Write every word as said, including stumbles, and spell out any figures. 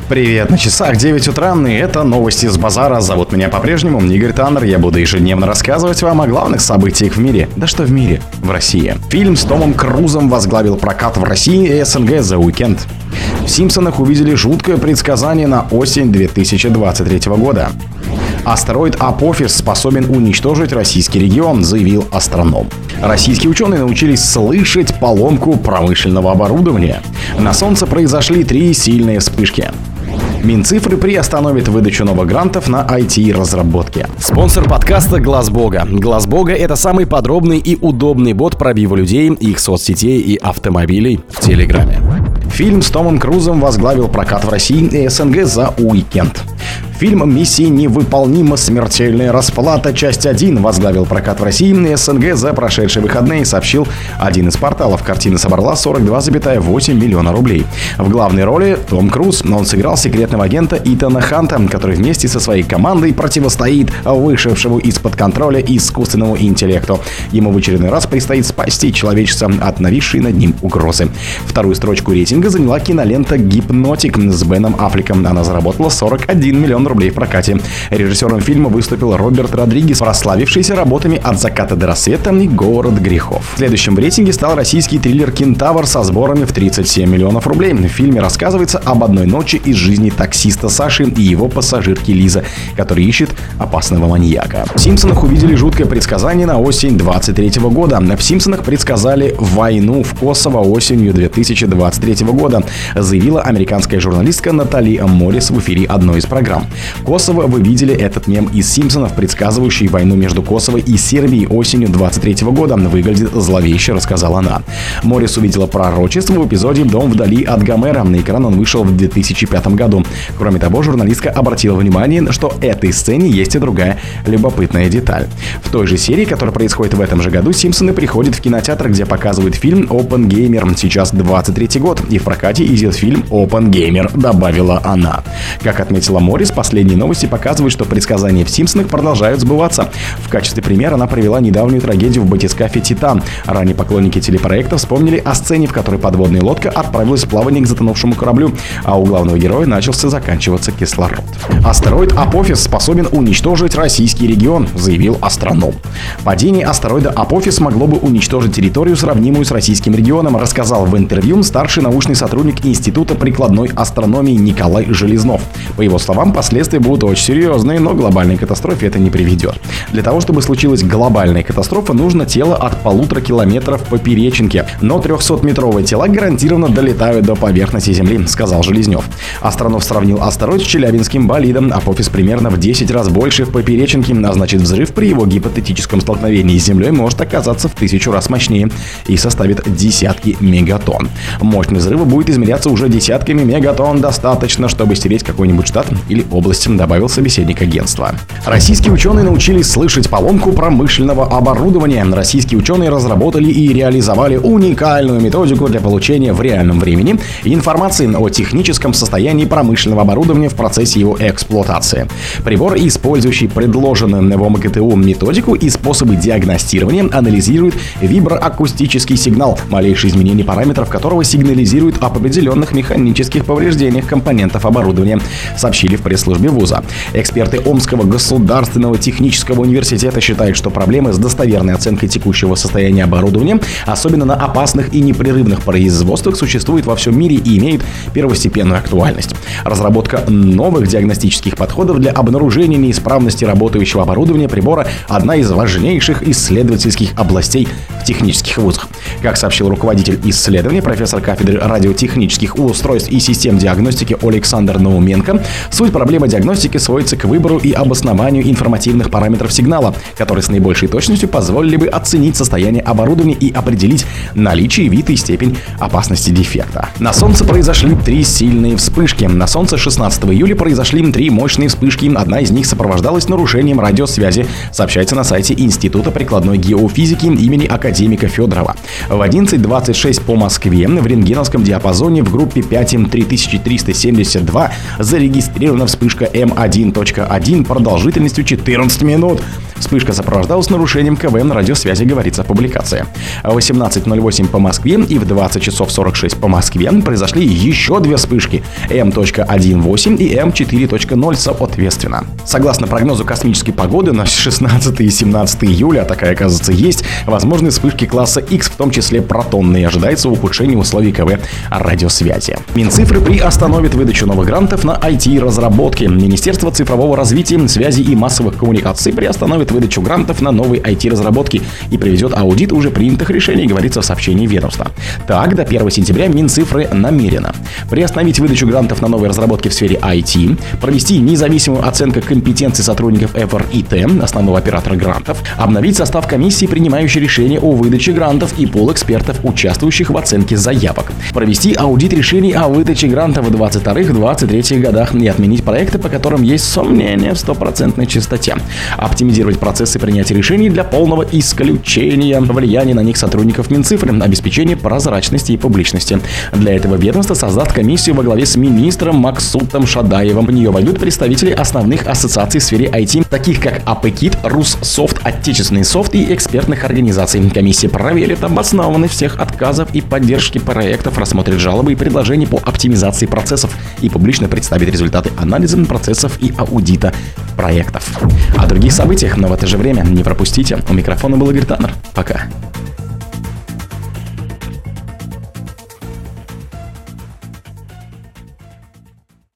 Привет, на часах девять утра, и это новости с базара. Зовут меня по-прежнему Игорь Таннер. Я буду ежедневно рассказывать вам о главных событиях в мире. Да что в мире? В России. Фильм с Томом Крузом возглавил прокат в России и СНГ The Weeknd. В «Симпсонах» увидели жуткое предсказание на осень две тысячи двадцать третьего года. Астероид Апофис способен уничтожить российский регион, заявил астроном. Российские ученые научились слышать поломку промышленного оборудования. На Солнце произошли три сильные вспышки. Минцифры приостановит выдачу новых грантов на ай ти-разработки. Спонсор подкаста Глаз Бога. Глаз Бога — это самый подробный и удобный бот пробива людей, их соцсетей и автомобилей в Телеграме. Фильм с Томом Крузом возглавил прокат в России и СНГ The Weeknd. Фильм «Миссия невыполнима. Смертельная расплата. Часть один» возглавил прокат в России и СНГ за прошедшие выходные, сообщил один из порталов. Картина собрала сорок два целых восемь десятых миллиона рублей. В главной роли Том Круз. Он сыграл секретного агента Итана Ханта, который вместе со своей командой противостоит вышедшему из-под контроля искусственному интеллекту. Ему в очередной раз предстоит спасти человечество от нависшей над ним угрозы. Вторую строчку рейтинга заняла кинолента «Гипнотик» с Беном Аффлеком. Она заработала сорок один миллион рублей в прокате. Режиссером фильма выступил Роберт Родригес, прославившийся работами «От заката до рассвета» и «Город грехов». Следующим в рейтинге стал российский триллер «Кентавр» со сборами в тридцать семь миллионов рублей. В фильме рассказывается об одной ночи из жизни таксиста Саши и его пассажирки Лизы, который ищет опасного маньяка. В «Симпсонах» увидели жуткое предсказание на осень двадцать третьего года. В «Симпсонах» предсказали войну в Косово осенью две тысячи двадцать третьего года, заявила американская журналистка Натали Моррис в эфире одной из программ. Косово, вы видели этот мем из «Симпсонов», предсказывающий войну между Косово и Сербией осенью двадцать третьего года. Выглядит зловеще, рассказала она. Моррис увидела пророчество в эпизоде «Дом вдали от Гомера». На экран он вышел в две тысячи пятом году. Кроме того, журналистка обратила внимание, что в этой сцене есть и другая любопытная деталь. В той же серии, которая происходит в этом же году, «Симпсоны» приходят в кинотеатр, где показывают фильм «Оппенгеймер». Сейчас двадцать третий год, и в прокате идет фильм «Оппенгеймер», добавила она. Как отметила Моррис, последние новости показывают, что предсказания в «Симпсонах» продолжают сбываться. В качестве примера она привела недавнюю трагедию в батискафе «Титан». Ранее поклонники телепроекта вспомнили о сцене, в которой подводная лодка отправилась в плавание к затонувшему кораблю, а у главного героя начался заканчиваться кислород. Астероид Апофис способен уничтожить российский регион, заявил астроном. Падение астероида Апофис могло бы уничтожить территорию, сравнимую с российским регионом, рассказал в интервью старший научный сотрудник Института прикладной астрономии Николай Железнов. По его словам, последствия будут очень серьезные, но к глобальной катастрофе это не приведет. Для того, чтобы случилась глобальная катастрофа, нужно тело от полутора километров поперечинки. Но трехсотметровые тела гарантированно долетают до поверхности Земли, сказал Железнев. Астроном сравнил астероид с челябинским болидом. Апофис примерно в десять раз больше в поперечинке, а значит, взрыв при его гипотетическом столкновении с Землей может оказаться в тысячу раз мощнее и составит десятки мегатонн. Мощность взрыва будет измеряться уже десятками мегатонн, достаточно, чтобы стереть какой-нибудь штат или область, добавил собеседник агентства. Российские ученые научились слышать поломку промышленного оборудования. Российские ученые разработали и реализовали уникальную методику для получения в реальном времени информации о техническом состоянии промышленного оборудования в процессе его эксплуатации. Прибор, использующий предложенную в МГТУ методику и способы диагностирования, анализирует виброакустический сигнал, малейшие изменения параметров которого сигнализируют об определенных механических повреждениях компонентов оборудования, сообщили в пресс-службе вуза. Эксперты Омского государственного технического университета считают, что проблемы с достоверной оценкой текущего состояния оборудования, особенно на опасных и непрерывных производствах, существуют во всем мире и имеют первостепенную актуальность. Разработка новых диагностических подходов для обнаружения неисправности работающего оборудования прибора – одна из важнейших исследовательских областей в технических вузах. Как сообщил руководитель исследования, профессор кафедры радиотехнических устройств и систем диагностики Александр Науменко, суть проблемы диагностики сводится к выбору и обоснованию информативных параметров сигнала, которые с наибольшей точностью позволили бы оценить состояние оборудования и определить наличие, вид и степень опасности дефекта. На Солнце произошли три сильные вспышки. На Солнце шестнадцатого июля произошли три мощные вспышки. Одна из них сопровождалась нарушением радиосвязи, сообщается на сайте Института прикладной геофизики имени академика Федорова. В одиннадцать двадцать шесть по Москве в рентгеновском диапазоне в группе пять М три тысячи триста семьдесят два зарегистрирована вспышка М один точка один продолжительностью четырнадцать минут. Вспышка сопровождалась нарушением КВ на радиосвязи, говорится в публикации. В восемнадцать ноль восемь по Москве и в двадцать часов сорок шесть по Москве произошли еще две вспышки эм один точка восемь и эм четыре точка ноль соответственно. Согласно прогнозу космической погоды на шестнадцатое и семнадцатое июля, а такая, оказывается, есть, возможны вспышки класса X, в том числе протонные. Ожидается ухудшение условий КВ радиосвязи. Минцифры приостановит выдачу новых грантов на ай ти-разработки. Министерство цифрового развития, связи и массовых коммуникаций приостановит выдачу грантов на новые ай ти-разработки и проведет аудит уже принятых решений, говорится в сообщении ведомства. Так, до первого сентября Минцифры намерено приостановить выдачу грантов на новые разработки в сфере ай ти, провести независимую оценку компетенций сотрудников эф эр и тэ, основного оператора грантов, обновить состав комиссии, принимающей решения о выдаче грантов, и пул экспертов, участвующих в оценке заявок, провести аудит решений о выдаче грантов в двадцать втором — двадцать третьем годах и отменить проекты, по которым есть сомнения в стопроцентной чистоте, оптимизировать процессы принятия решений для полного исключения влияния на них сотрудников Минцифры, обеспечение прозрачности и публичности. Для этого ведомство создаст комиссию во главе с министром Максутом Шадаевым. В нее войдут представители основных ассоциаций в сфере ай ти, таких как АПКИТ, Руссофт, Отечественный софт и экспертных организаций. Комиссия проверит обоснованность всех отказов и поддержки проектов, рассмотрит жалобы и предложения по оптимизации процессов и публично представит результаты анализа процессов и аудита проектов. О других событиях, но в это же время не пропустите. У микрофона был Игорь Таннер. Пока.